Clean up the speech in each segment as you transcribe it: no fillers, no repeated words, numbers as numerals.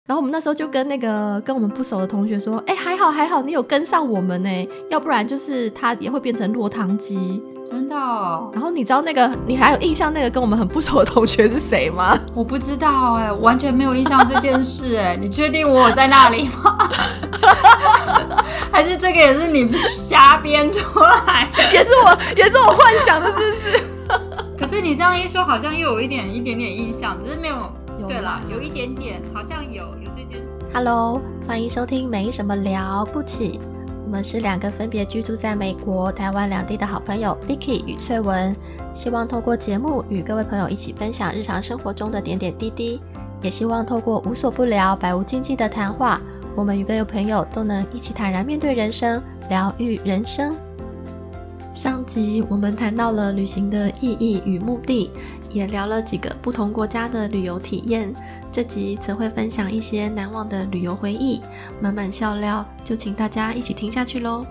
然后我们那时候就跟跟我们不熟的同学说，还好还好，你有跟上我们呢，要不然就是他也会变成落汤鸡。 真的哦。 然后你知道你还有印象跟我们很不熟的同学是谁吗？ 我不知道我完全没有印象这件事你确定我有在那里吗？还是这个也是你瞎编出来的？ 也是我幻想的，是不是？ 可是你这样一说，好像又有一点印象，只是没有。对啦，有一点点，好像有这件事。 Hello， 欢迎收听没什么了不起。我们是两个分别居住在美国、台湾两地的好朋友 Vicky 与翠文，希望透过节目与各位朋友一起分享日常生活中的点点滴滴，也希望透过无所不聊、百无禁忌的谈话，我们与各位朋友都能一起坦然面对人生，疗愈人生。上集我们谈到了旅行的意义与目的，也聊了几个不同国家的旅游体验。这集则会分享一些难忘的旅游回忆，满满笑料，就请大家一起听下去咯。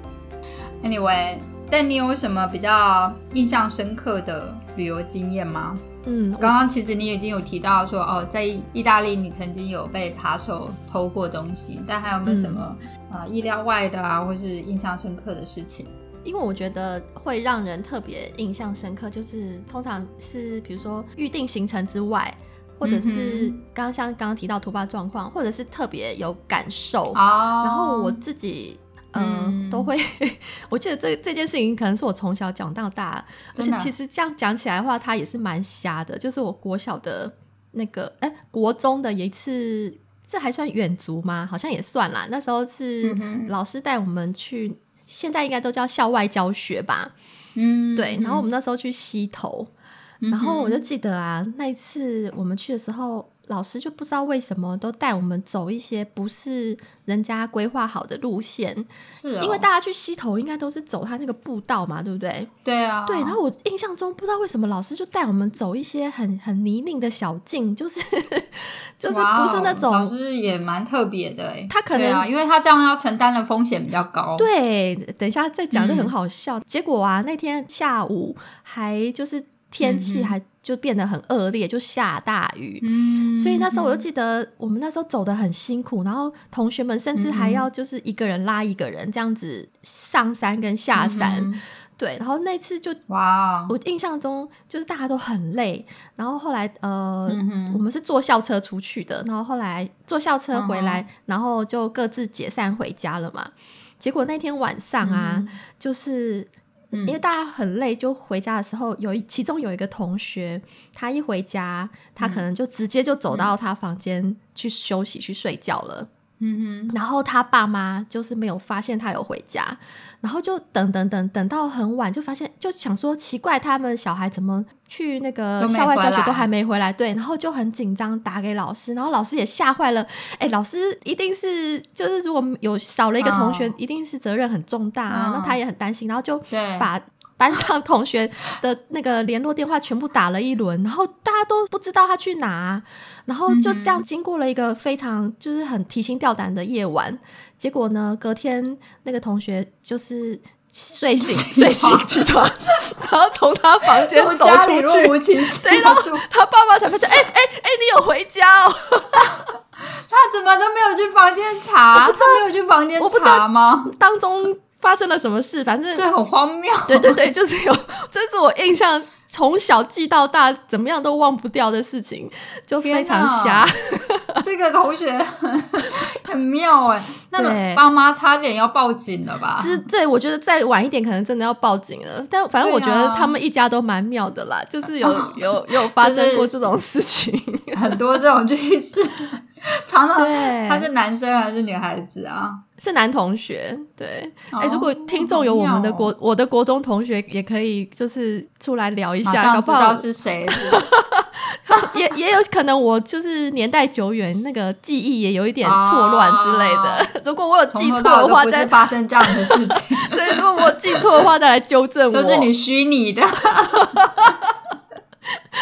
Anyway， 但你有什么比较印象深刻的旅游经验吗？刚刚其实你已经有提到说在意大利你曾经有被扒手偷过东西，但还有没有什么意料外的或是印象深刻的事情？ 因为我觉得会让人特别印象深刻，就是通常是比如说预定行程之外，或者是像刚刚提到突发状况，或者是特别有感受然后我自己都会我记得这件事情可能是我从小讲到大，而且其实这样讲起来的话它也是蛮瞎的，就是我国小的国中的有一次，这还算远足吗？好像也算啦，那时候是老师带我们去，现在应该都叫校外教学吧对，然后我们那时候去溪头，然后我就记得那一次我们去的时候，老师就不知道为什么都带我们走一些不是人家规划好的路线，因为大家去溪头应该都是走他那个步道嘛，对不对？ 对啊， 对，然后我印象中不知道为什么老师就带我们走一些很泥泞的小径，就是不是那种， 老师也蛮特别的他可能因为他这样要承担的风险比较高。 对，等一下再讲，就很好笑结果那天下午还就是天气还就变得很恶劣，就下大雨所以那时候我就记得我们那时候走得很辛苦，然后同学们甚至还要就是一个人拉一个人这样子上山跟下山对，然后那次就我印象中就是大家都很累，然后后来我们是坐校车出去的，然后后来坐校车回来然后就各自解散回家了嘛。结果那天晚上就是因为大家很累，就回家的时候其中有一个同学，他一回家他可能就直接就走到他房间去休息去睡觉了然后他爸妈就是没有发现他有回家，然后就等到很晚，就发现就想说奇怪，他们小孩怎么去那个校外教学都还没回来，对，然后就很紧张打给老师，然后老师也吓坏了，老师一定是就是如果有少了一个同学一定是责任很重大那他也很担心，然后就把班上同学的那个联络电话全部打了一轮，然后大家都不知道他去哪，然后就这样经过了一个非常就是很提心吊胆的夜晚。结果呢隔天那个同学就是睡醒起床然后从他房间走出去对，然后他爸妈才发现你有回家他怎么都没有去房间查？他没有去房间查吗？ 当中发生了什么事，反正这很荒谬。 对就是这是我印象从小记到大怎么样都忘不掉的事情，就非常瞎这个同学很妙那个爸妈差点要报警了吧？ 对，我觉得再晚一点可能真的要报警了，但反正我觉得他们一家都蛮妙的啦，就是有发生过这种事情很多这种趣事常常他是男生还是女孩子啊？ 是男同学，对如果听众有我的国中同学也可以就是出来聊一下， 马上知道是谁也有可能我就是年代久远，那个记忆也有一点错乱之类的如果我有记错的话， 不是发生这样的事情对，如果我记错的话再来纠正我， 都是你虚拟的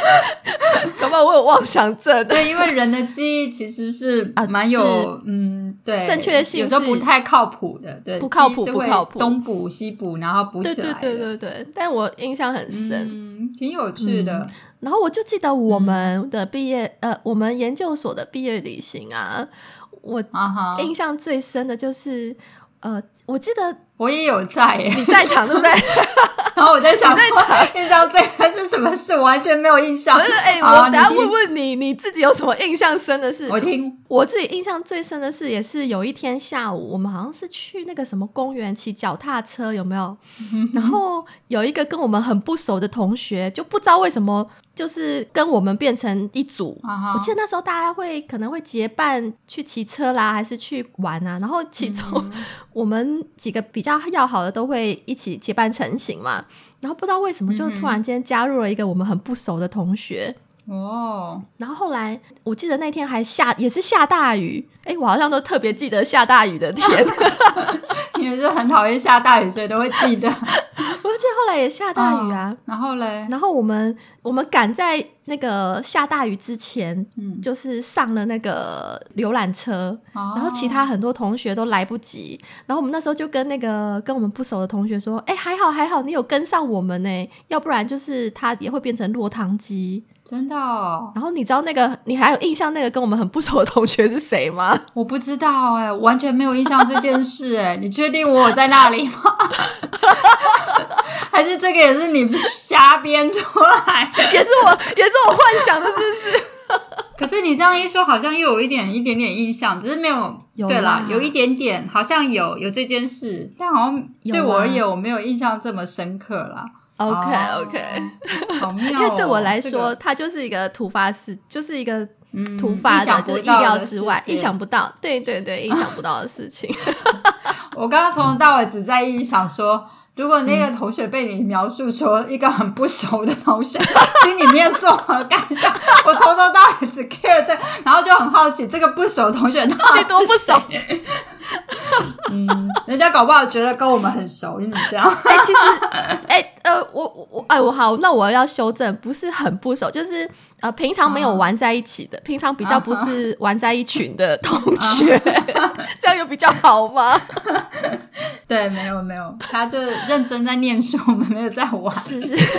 搞不好我有妄想症。 对，因为人的记忆其实是蛮有对， 正确性有时候不太靠谱的，对， 不靠谱， 东补西补，然后补起来的。 对，但我印象很深， 挺有趣的。 然后我就记得我们的毕业，我们研究所的毕业旅行啊，我印象最深的就是，我记得我也有在耶， 你在场对不对？ 然后我在想，印象最深是什么事？我完全没有印象。 我等下问问你，你自己有什么印象深的事？ 我听。 我自己印象最深的事，也是有一天下午，我们好像是去那个什么公园骑脚踏车，有没有？然后有一个跟我们很不熟的同学，就不知道为什么，就是跟我们变成一组。我记得那时候大家可能会结伴去骑车啦，还是去玩啊。然后其中我们几个比较要好的都会一起结伴成行嘛。然后不知道为什么就突然间加入了一个我们很不熟的同学。然后后来我记得那天也是下大雨，我好像都特别记得下大雨的天。 你也是很讨厌下大雨，所以都会记得。 我记得后来也下大雨啊。 然后嘞， 然后我们赶在那个下大雨之前，就是上了那个游览车，然后其他很多同学都来不及。然后我们那时候就跟我们不熟的同学说，还好你有跟上我们呢，要不然就是他也会变成落汤鸡。 真的哦。 然后你知道你还有印象那个跟我们很不熟的同学是谁吗？ 我不知道完全没有印象这件事你确定我有在那里吗？还是这个也是你瞎编出来的？ 也是我幻想的，是不是？ 可是你这样一说，好像又有一点点印象，只是没有。对啦，有一点点，好像有这件事，但好像对我而言，我没有印象这么深刻啦。 OK， 好妙因为对我来说，它就是一个突发事，就是一个突发的，就是意料之外，意想不到，对，意想不到的事情。 我刚刚从头到尾只在想说，如果那个同学被你描述说一个很不熟的同学，心里面作何感想？我从头到尾只 care 这，然后就很好奇这个不熟的同学到底多不熟。 人家搞不好觉得跟我们很熟，你怎么这样？ 其实，我好，那我要修正，不是很不熟，就是平常没有玩在一起的，平常比较不是玩在一群的同学，这样有比较好吗？ 对，没有，他就认真在念书，我们没有在玩。 是。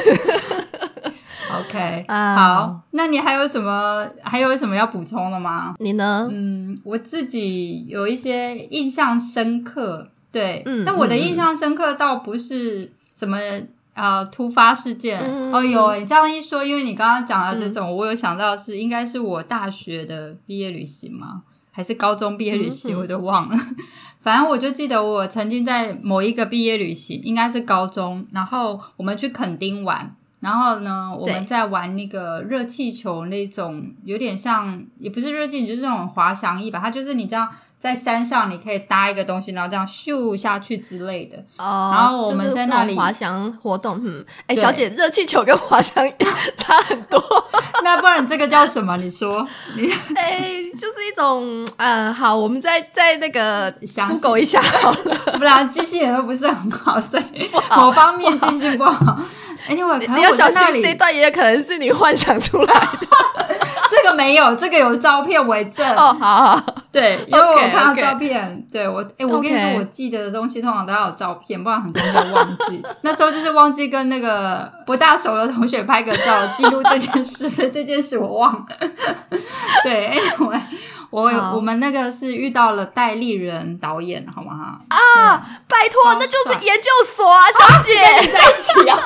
OK，好，那你还有什么要补充的吗？ 你呢？ 我自己有一些印象深刻，对，但我的印象深刻倒不是什么突发事件。有你这样一说，因为你刚刚讲的这种，我有想到是应该是我大学的毕业旅行吗？还是高中毕业旅行，我都忘了。反正我就记得我曾经在某一个毕业旅行，应该是高中，然后我们去垦丁玩。然后呢，我们在玩那个热气球那种，有点像，也不是热气球，就是那种滑翔翼吧。它就是你这样在山上，你可以搭一个东西，然后这样咻下去之类的。然后我们在那里、 就是、滑翔活动。小姐，热气球跟滑翔翼差很多。 那不然这个叫什么？你说？ 就是一种好，我们再那个 Google 一下好了。 不然记性也都不是很好，所以某方面记性不好。Anyway， 你要小心，这一段也可能是你幻想出来的。 这个没有，这个有照片为证。 好， 对，因为我看到照片。对我跟你说，我记得的东西通常都要有照片，不然很多人都忘记。那时候就是忘记跟那个不大熟的同学拍个照，记录这件事，所以这件事我忘了。对 ，Anyway， 我们那个是遇到了戴立人导演，好吗？ 拜托，那就是研究所啊，小姐， 跟你在一起啊。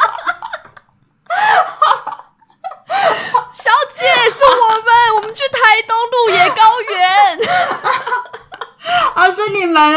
小姐，是我们去台东鹿野高原。 是你们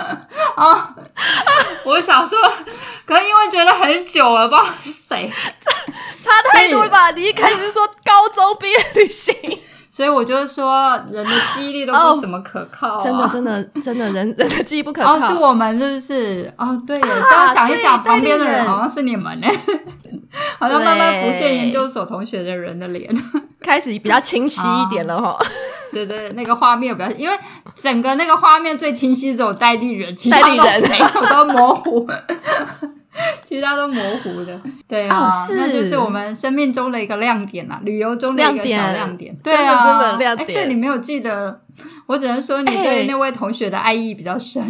我想说，可能因为觉得很久了，不知道是谁， 差太多了吧？你一开始说高中毕业旅行。 所以我就是说，人的记忆力都不是什么可靠真的，人的记忆不可靠。 是我们是不是？对耶，这样想一想，旁边的人好像是你们呢，好像慢慢浮现研究所同学的人的脸， 开始比较清晰一点了哈。 对，那个画面比较，因为整个那个画面最清晰只有戴立人，其他都没有，都模糊。 其他都模糊的。对啊，那就是我们生命中的一个亮点啦，旅游中的一个小亮点。对啊， 真的亮点。 这你没有记得，我只能说你对那位同学的爱意比较深。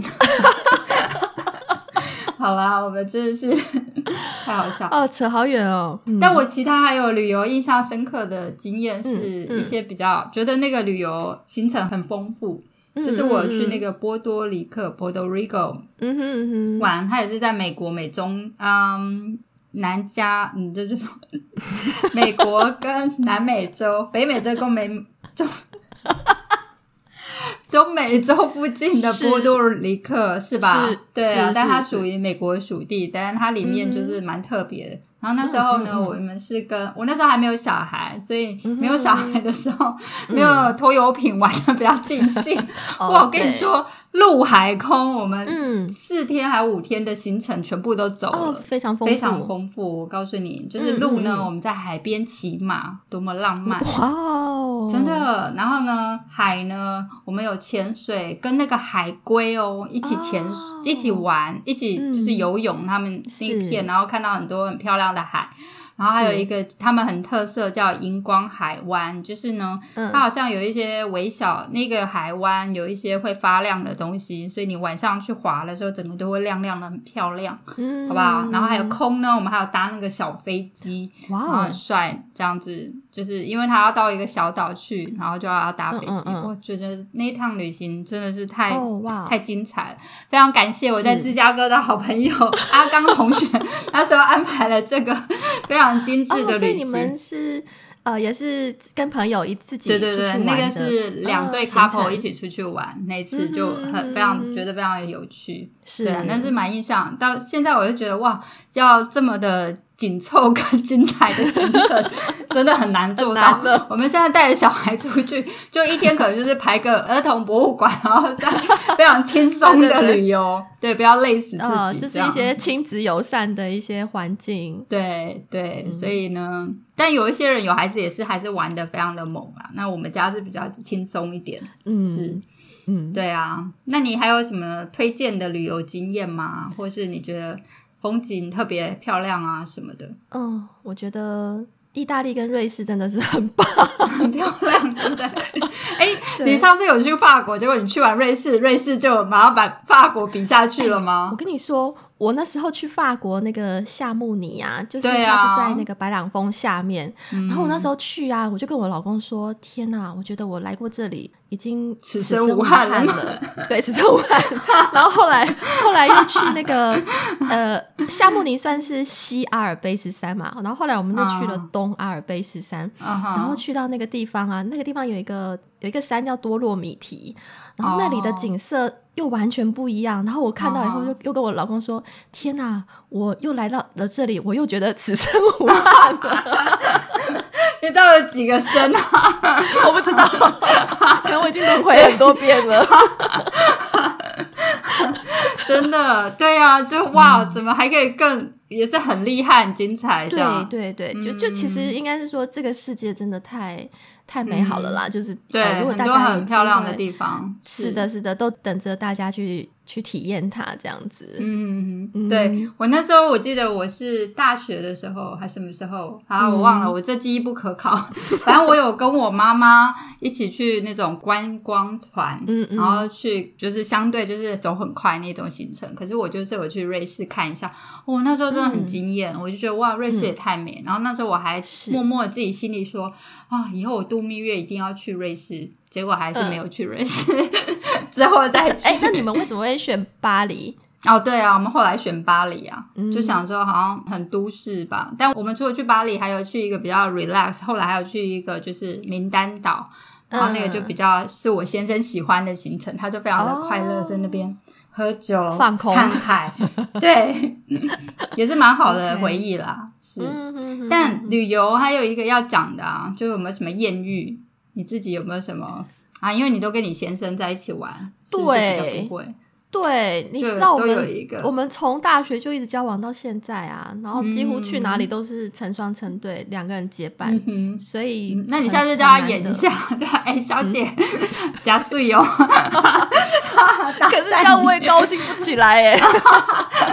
好啦，我们真的是太好笑扯好远哦。 但我其他还有旅游印象深刻的经验，是一些比较觉得那个旅游行程很丰富。就是我去那个波多黎各 Puerto Rico 玩，它也是在美国美中南加就是美国跟南美洲北美洲跟中美洲附近的波多黎各是吧？对啊，但它属于美国属地，但是它里面就是蛮特别的。然后那时候呢，我们是我那时候还没有小孩，所以没有小孩的时候，没有拖油瓶玩的比较尽兴。哇，我跟你说，陆海空，我们4天还5天的行程全部都走了， 非常丰富， 非常丰富。我告诉你，就是路呢，我们在海边骑马，多么浪漫！ 哇哦， 真的。然后呢，海呢，我们有潜水，跟那个海龟一起一起玩，一起就是游泳，他们那一片，然后看到很多很漂亮的海。然后还有一个他们很特色叫荧光海湾，就是呢它好像有一些微小，那个海湾有一些会发亮的东西，所以你晚上去滑的时候整个都会亮亮的，很漂亮，好不好？然后还有空呢，我们还有搭那个小飞机，然后很帅，这样子，就是因为他要到一个小岛去，然后就要搭飞机。我觉得那一趟旅行真的是太精彩了，非常感谢我在芝加哥的好朋友阿刚同学，那时候安排了这个非常精致的旅行。 所以你们是也是跟朋友自己出去玩的？ 对，那个是2对 couple 一起出去玩，那一次就觉得非常有趣。是，对啊，那是蛮印象。到现在我就觉得哇，要这么的紧凑跟精彩的行程真的很难做到。我们现在带着小孩出去，就一天可能就是排个儿童博物馆，然后再非常轻松的旅游。对，不要累死自己。 就是一些亲子友善的一些环境。 对，所以呢，但有一些人有孩子也是还是玩得非常的猛啊。那我们家是比较轻松一点。是。对啊。那你还有什么推荐的旅游经验吗？或是你觉得风景特别漂亮啊什么的？ 我觉得意大利跟瑞士真的是很棒， 很漂亮，对不对？你上次有去法国，结果你去完瑞士就马上把法国比下去了吗？ 我跟你说，我那时候去法国那个夏慕尼啊，就是它是在那个白朗峰下面，然后我那时候去啊，我就跟我老公说，天哪，我觉得我来过这里已经此生无憾了。 对，此生无憾。然后后来又去那个夏慕尼算是西阿尔卑斯山嘛，然后后来我们就去了东阿尔卑斯山，然后去到那个地方啊，那个地方有一个山叫多洛米提，然后那里的景色又完全不一样。然后我看到以后又跟我老公说，天哪，我又来到了这里，我又觉得此生无憾了。 你到了几个生啊？ 我不知道，可能我已经轮回很多遍了。真的，对啊，就哇，怎么还可以更也是很厉害很精彩这样。 对，就其实应该是说这个世界真的太美好了啦，就是对， 如果大家很多很漂亮的地方， 是的，都等着大家去体验它这样子。 对，我那时候我记得我是大学的时候还什么时候我忘了，我这记忆不可考。反正我有跟我妈妈一起去那种观光团，然后去就是相对就是走很快那种行程。可是我就是有去瑞士看一下，我那时候真的很惊艳，我就觉得哇，瑞士也太美。然后那时候我还默默的自己心里说以后我度蜜月一定要去瑞士，结果还是没有去瑞士。之后再去。 那你们为什么会选巴黎？ 对啊，我们后来选巴黎啊，就想说好像很都市吧。但我们除了去巴黎，还有去一个比较 relax， 后来还有去一个就是名丹岛，然后那个就比较是我先生喜欢的行程，他就非常的快乐，在那边喝酒放空看海。对，也是蛮好的回忆啦。是，但旅游还有一个要讲的就有没有什么艳遇？你自己有没有什么因为你都跟你先生在一起玩，对，比较不会。 对，你知道我们从大学就一直交往到现在啊，然后几乎去哪里都是成双成对，2个人结伴，所以那你下次叫他演一下，小姐加水哦。 可是这样我也高兴不起来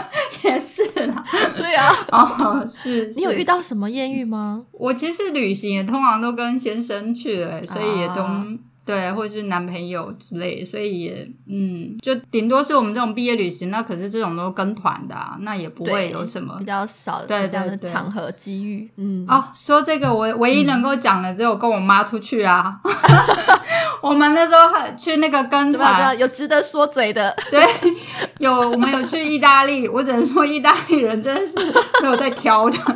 也是啦。 对啊。 哦，是。 你有遇到什么艳遇吗？ 我其实旅行也通常都跟先生去了，所以也都对，或者是男朋友之类的，所以也就顶多是我们这种毕业旅行，那可是这种都跟团的啊，那也不会有什么比较少这样的场合机遇。 说这个我唯一能够讲的只有跟我妈出去啊。我们那时候去那个跟团， 有值得说嘴的。 对，我们有去意大利，我只能说意大利人真的是没有在挑的。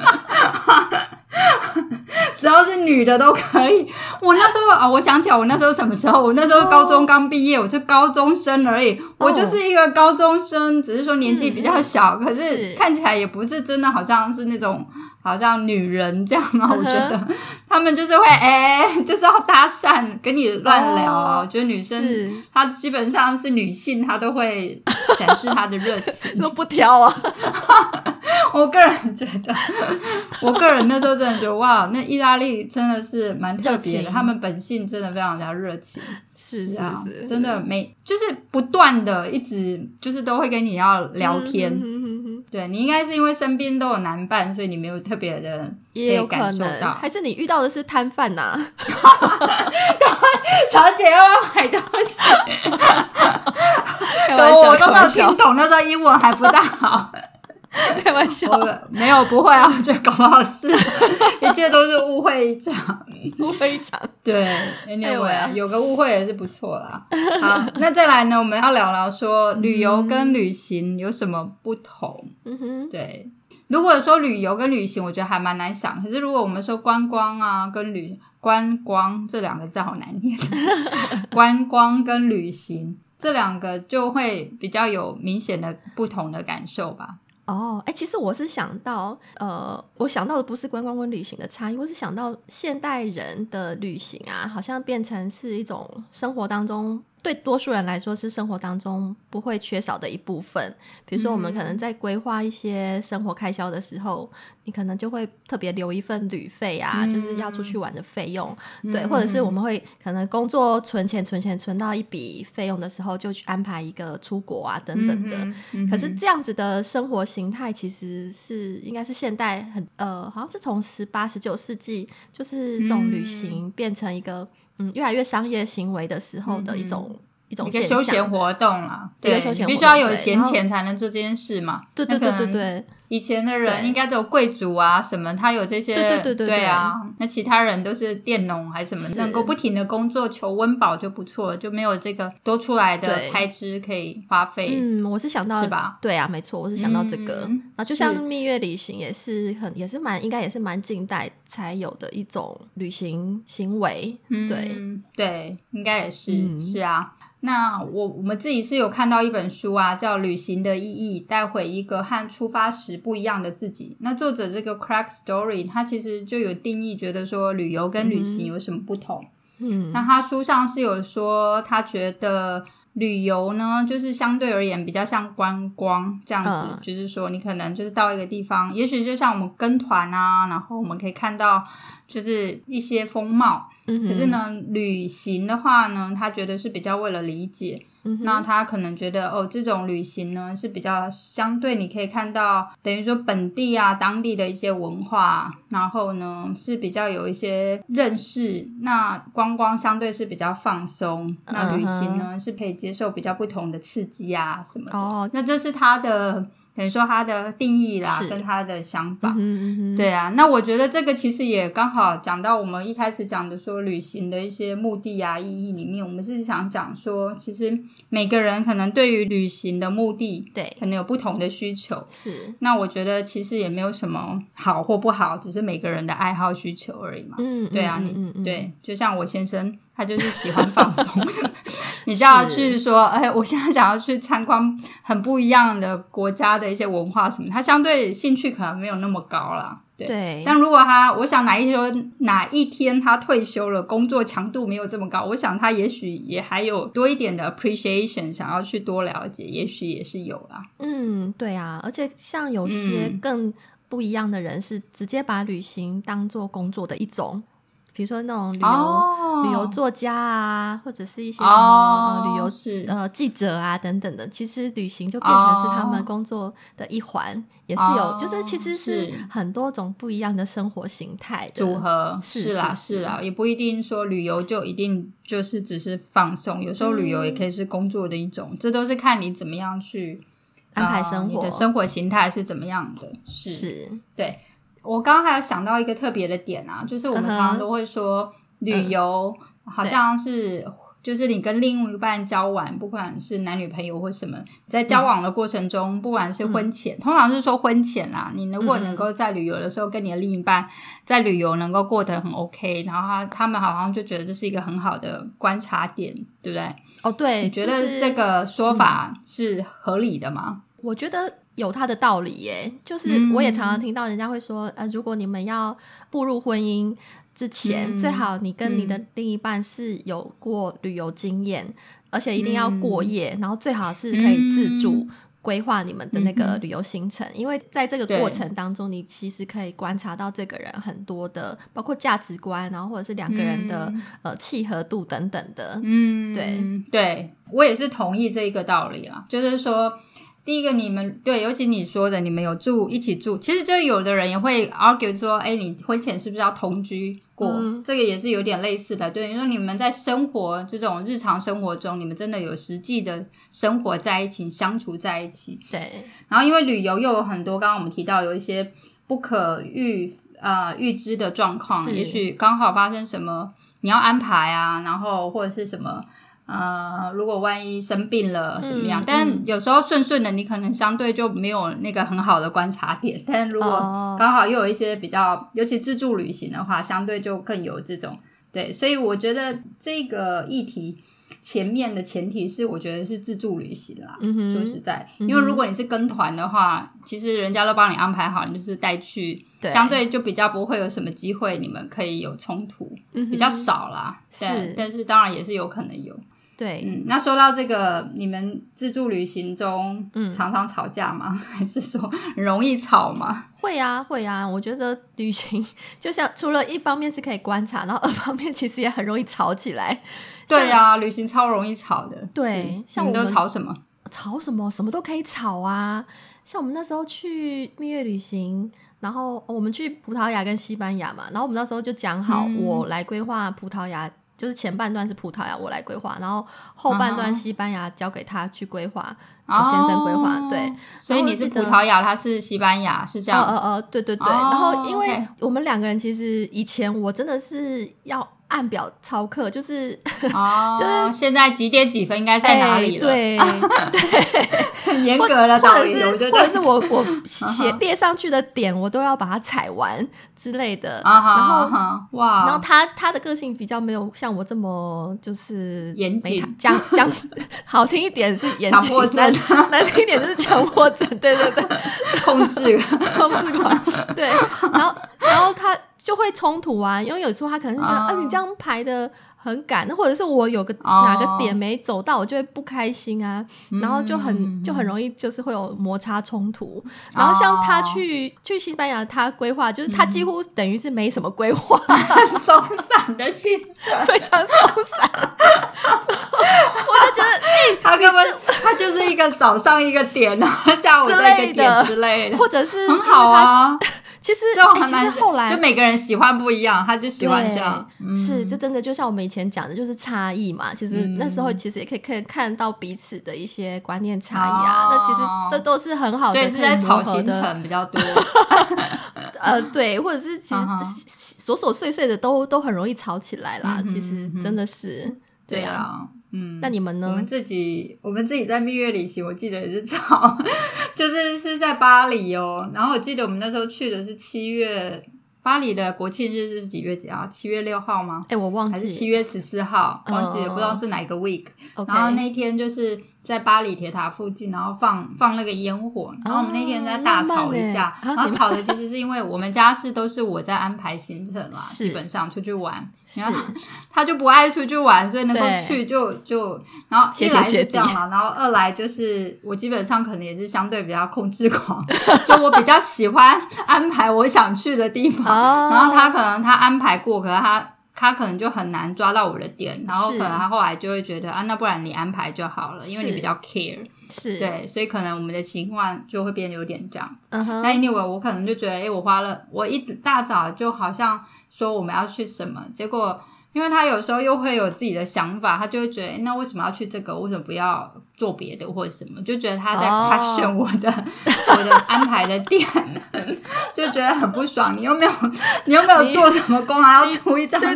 只要是女的都可以。我那时候我想起来我那时候什么时候，我那时候高中刚毕业，我就高中生而已，我就是一个高中生，只是说年纪比较小，可是看起来也不是真的好像是那种好像女人这样啊。我觉得他们就是会就是要搭讪跟你乱聊啊。我觉得女生她基本上是女性，她都会展示她的热情。 都不挑啊。 我个人觉得，我个人那时候真的觉得哇，那意大利真的是蛮特别的，他们本性真的非常的热情。 是啊，真的就是不断的一直就是都会跟你要聊天。对，你应该是因为身边都有男伴，所以你没有特别的可以感受到， 还是你遇到的是摊贩啊？ 小姐要买东西。我都没有听懂，那时候英文还不大好。 开玩笑， 没有，不会啊，我觉得搞不好是一切都是误会一场。 误会一场。 对 anyway，有个误会也是不错啦。好，那再来呢，我们要聊聊说旅游跟旅行有什么不同。对，如果说旅游跟旅行我觉得还蛮难想，可是如果我们说观光啊跟观光这两个字好难念。观光跟旅行这两个就会比较有明显的不同的感受吧。 其实我是想到我想到的不是观光跟旅行的差异，我是想到现代人的旅行啊，好像变成是一种生活当中，对多数人来说是生活当中不会缺少的一部分。比如说我们可能在规划一些生活开销的时候，你可能就会特别留一份旅费啊，就是要出去玩的费用。对，或者是我们会可能工作存钱存到一笔费用的时候，就去安排一个出国啊等等的。可是这样子的生活形态其实是应该是现代好像是从18、19世纪，就是这种旅行变成一个越来越商业行为的时候的一种一个休闲活动啦。对，你必须要有闲钱才能做这件事嘛。 对对对对对。 以前的人应该只有贵族啊什么，他有这些。对啊，那其他人都是佃农还是什么，能够不停的工作求温饱就不错了，就没有这个多出来的开支可以花费。 我是想到， 是吧？ 对啊，没错，我是想到这个。就像蜜月旅行也是应该也是蛮近代才有的一种旅行行为。 对，应该也是。是啊。那我们自己是有看到一本书啊，叫《旅行的意义：带回一个和出发时不一样的自己》。那作者这个 Craig Story 他其实就有定义，觉得说旅游跟旅行有什么不同。那他书上是有说，他觉得旅游呢就是相对而言比较像观光这样子，就是说你可能就是到一个地方，也许就像我们跟团啊，然后我们可以看到就是一些风貌。可是呢旅行的话呢，他觉得是比较为了理解。那他可能觉得这种旅行呢是比较相对，你可以看到等于说本地啊当地的一些文化，然后呢是比较有一些认识。那观光相对是比较放松，那旅行呢是可以接受比较不同的刺激啊什么的。那这是他的等于说他的定义啦，跟他的想法。对啊，那我觉得这个其实也刚好讲到我们一开始讲的说旅行的一些目的啊意义里面，我们是想讲说其实每个人可能对于旅行的目的对可能有不同的需求。是，那我觉得其实也没有什么好或不好，只是每个人的爱好需求而已嘛。对啊，对，就像我先生他就是喜欢放松。你就要去说我现在想要去参观很不一样的国家的一些文化什么，他相对兴趣可能没有那么高啦。对，但如果我想哪一天他退休了，工作强度没有这么高，我想他也许也还有多一点的 appreciation 想要去多了解，也许也是有啦。 对啊，而且像有些更不一样的人是直接把旅行当作工作的一种。 比如说那种旅游作家啊，或者是一些什么、旅游记者啊等等的，其实旅行就变成是他们工作的一环，也是有就是其实是很多种不一样的生活形态的组合。是啦，也不一定说旅游就一定就是只是放松，有时候旅游也可以是工作的一种，这都是看你怎么样去安排生活， 你的生活形态是怎么样的。是对。我刚刚还有想到一个特别的点啊，就是我们常常都会说旅游好像是就是你跟另一半交往，不管是男女朋友或什么，在交往的过程中，不管是婚前，通常是说婚前啦，你如果能够在旅游的时候跟你的另一半在旅游能够过得很 OK， 然后他们好像就觉得这是一个很好的观察点，对不对？ 哦，对， 你觉得这个说法是合理的吗？ 我觉得有它的道理耶，就是我也常常听到人家会说如果你们要步入婚姻之前，最好你跟你的另一半是有过旅游经验，而且一定要过夜，然后最好是可以自主规划你们的那个旅游行程，因为在这个过程当中你其实可以观察到这个人很多的包括价值观，然后或者是两个人的契合度等等的。 对，我也是同意这一个道理啦，就是说第一个你们对，尤其你说的你们有一起住，其实就有的人也会 argue 说你婚前是不是要同居过，这个也是有点类似的。对，你说你们在生活这种日常生活中，你们真的有实际的生活在一起，相处在一起。 对， 然后因为旅游又有很多刚刚我们提到有一些不可预知的状况，也许刚好发生什么你要安排啊，然后或者是什么如果万一生病了怎么样，但有时候顺的你可能相对就没有那个很好的观察点，但如果刚好又有一些比较尤其自助旅行的话，相对就更有这种。对，所以我觉得这个议题前面的前提是我觉得是自助旅行啦，说实在，因为如果你是跟团的话，其实人家都帮你安排好，你就是带去，相对就比较不会有什么机会你们可以有冲突，比较少啦。但是当然也是有可能有。 对， 那说到这个，你们自助旅行中常常吵架吗？还是说很容易吵吗？ 会啊，我觉得旅行就像除了一方面是可以观察，然后二方面其实也很容易吵起来。 对啊，旅行超容易吵的。 对，像你们都吵什么？ 什么都可以吵啊。像我们那时候去蜜月旅行，然后我们去葡萄牙跟西班牙嘛，然后我们那时候就讲好，我来规划葡萄牙，就是前半段是葡萄牙我来规划，然后后半段西班牙交给他去规划，我先生规划。对， 所以你是葡萄牙，他是西班牙，是这样？ 对。然后因为我们两个人其实以前我真的是要按表操课，就是就是现在几点几分应该在哪里了？ 对， 很严格的道理， 或者是我列上去的点，我都要把它踩完之类的。然后哇，然后他的个性比较没有像我这么就是严谨， 讲好听一点是严谨， 强迫症， 难听一点就是强迫症。对， 控制狂。对，然后他就会衝突啊，因为有时候他可能是觉得你这样排的很赶，或者是我有个哪个点没走到，我就会不开心啊，然后就很容易就是会有摩擦冲突。然后像他去西班牙，他规划就是他几乎等于是没什么规划， 松散的行程， 非常松散。我就觉得他根本他就是一个早上一个点，然后下午再一个点之类的， 或者是很好啊。 其实后来就每个人喜欢不一样，他就喜欢这样。 是，这真的就像我们以前讲的，就是差异嘛。其实那时候其实也可以看到彼此的一些观念差异啊。那其实这都是很好的， 所以是在吵行程比较多。 对，或者是其实琐琐碎碎的都很容易吵起来啦。其实真的是对啊。那你们呢？ 我们自己在蜜月旅行，我记得也是吵，是在巴黎哦。然后我记得我们那时候去的是7月，巴黎的国庆日是几月几号？7月6号吗？ 我忘记， 还是7月14号？忘记了，不知道是哪个 week。然后那天就是在巴黎铁塔附近，然后放那个烟火。然后我们那天在大吵一架，然后吵的其实是因为我们家都是我在安排行程啦，基本上出去玩。然后他就不爱出去玩，所以能够去就然后一来是这样啦，然后二来就是我基本上可能也是相对比较控制狂，就我比较喜欢安排我想去的地方，然后他可能他安排过，可能他他可能就很难抓到我的点，然后可能他后来就会觉得那不然你安排就好了，因为你比较 care， 是对，所以可能我们的情况就会变得有点这样子。那 anyway 我可能就觉得我一大早就好像说我们要去什么，结果因为他有时候又会有自己的想法，他就会觉得那为什么要去这个，为什么不要做别的或者什么，就觉得他在 question 我的安排的点就觉得很不爽，你又没有做什么工还要出一张嘴，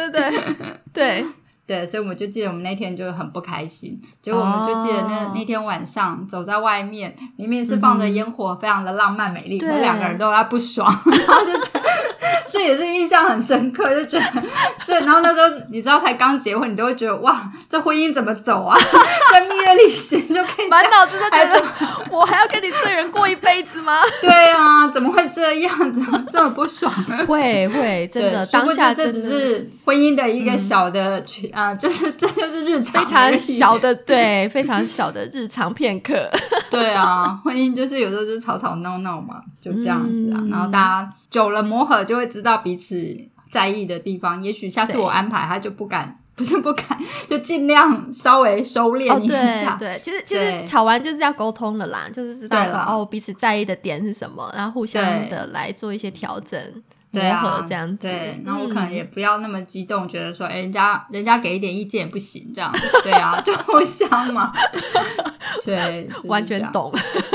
对，所以我就记得我们那天就很不开心，结果我们就记得那天晚上走在外面，明明是放着烟火，非常的浪漫美丽，可是两个人都要不爽，然后就觉得这也是印象很深刻，就觉得然后那时候你知道才刚结婚，你都会觉得哇，这婚姻怎么走啊？在蜜月旅行就可以满脑子都觉得我还要跟你这人过一辈子吗？ 对啊，怎么会这样？怎么这么不爽？ 会真的，当下这只是婚姻的一个小的这就是日常非常小的，对，非常小的日常片刻。 对啊，婚姻就是有时候就是吵吵闹闹嘛，就这样子啊。然后大家久了磨合，就会知道彼此在意的地方。也许下次我安排，他就不敢，不是不敢，就尽量稍微收敛一下。 对，其实吵完就是要沟通的啦，就是知道说彼此在意的点是什么，然后互相的来做一些调整。磨合这样子， 对，然后我可能也不要那么激动，觉得说人家给一点意见也不行这样子，对啊，就互相嘛，对，就是， 完全懂。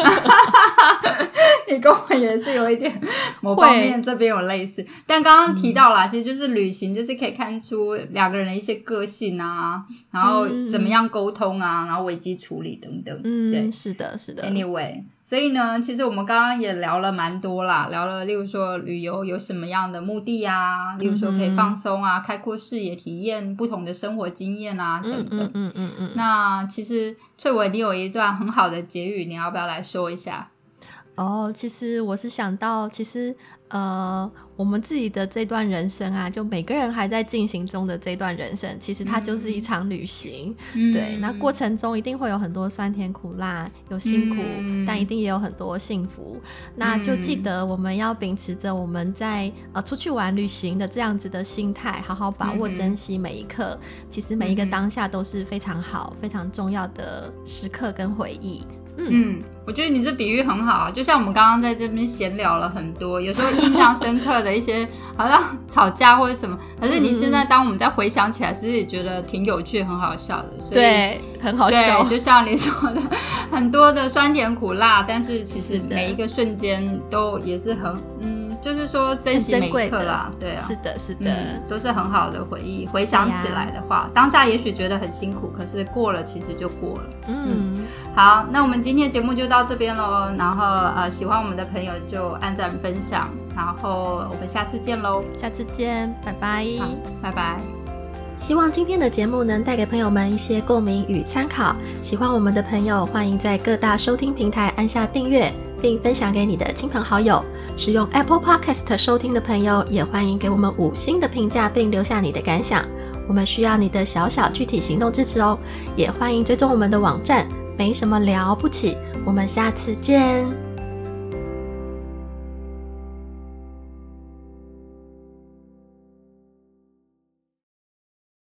你跟我也是有一点某方面这边有类似，但刚刚提到啦，其实就是旅行就是可以看出两个人的一些个性啊，然后怎么样沟通啊，然后危机处理等等，对， 是的 anyway， 所以呢其实我们刚刚也聊了蛮多啦，聊了例如说旅游有什么样的目的啊，例如说可以放松啊，开阔视野，体验不同的生活经验啊等等。那其实翠微你有一段很好的结语，你要不要来说一下？ 其实我是想到其实我们自己的这段人生啊，就每个人还在进行中的这段人生，其实它就是一场旅行。对，那过程中一定会有很多酸甜苦辣，有辛苦，但一定也有很多幸福。那就记得我们要秉持着我们在出去玩旅行的这样子的心态，好好把握珍惜每一刻。其实每一个当下都是非常好非常重要的时刻跟回忆。 我觉得你这比喻很好，就像我们刚刚在这边闲聊了很多，有时候印象深刻的一些好像吵架或者什么，可是你现在当我们再回想起来，其实也觉得挺有趣很好笑的，所以对，很好笑， 对，就像你说的很多的酸甜苦辣，但是其实每一个瞬间都也是很就是说珍惜每一刻啦，对啊， 是的， 都是很好的回忆。回想起来的话，当下也许觉得很辛苦，可是过了其实就过了。好，那我们今天节目就到这边咯，然后喜欢我们的朋友就按赞分享，然后我们下次见咯， 下次见，拜拜， 好，拜拜。 希望今天的节目能带给朋友们一些共鸣与参考。喜欢我们的朋友，欢迎在各大收听平台按下订阅，并分享给你的亲朋好友。使用 Apple Podcast 收听的朋友，也欢迎给我们5星的评价，并留下你的感想。我们需要你的小小具体行动支持哦。也欢迎追踪我们的网站，没什么了不起。我们下次见。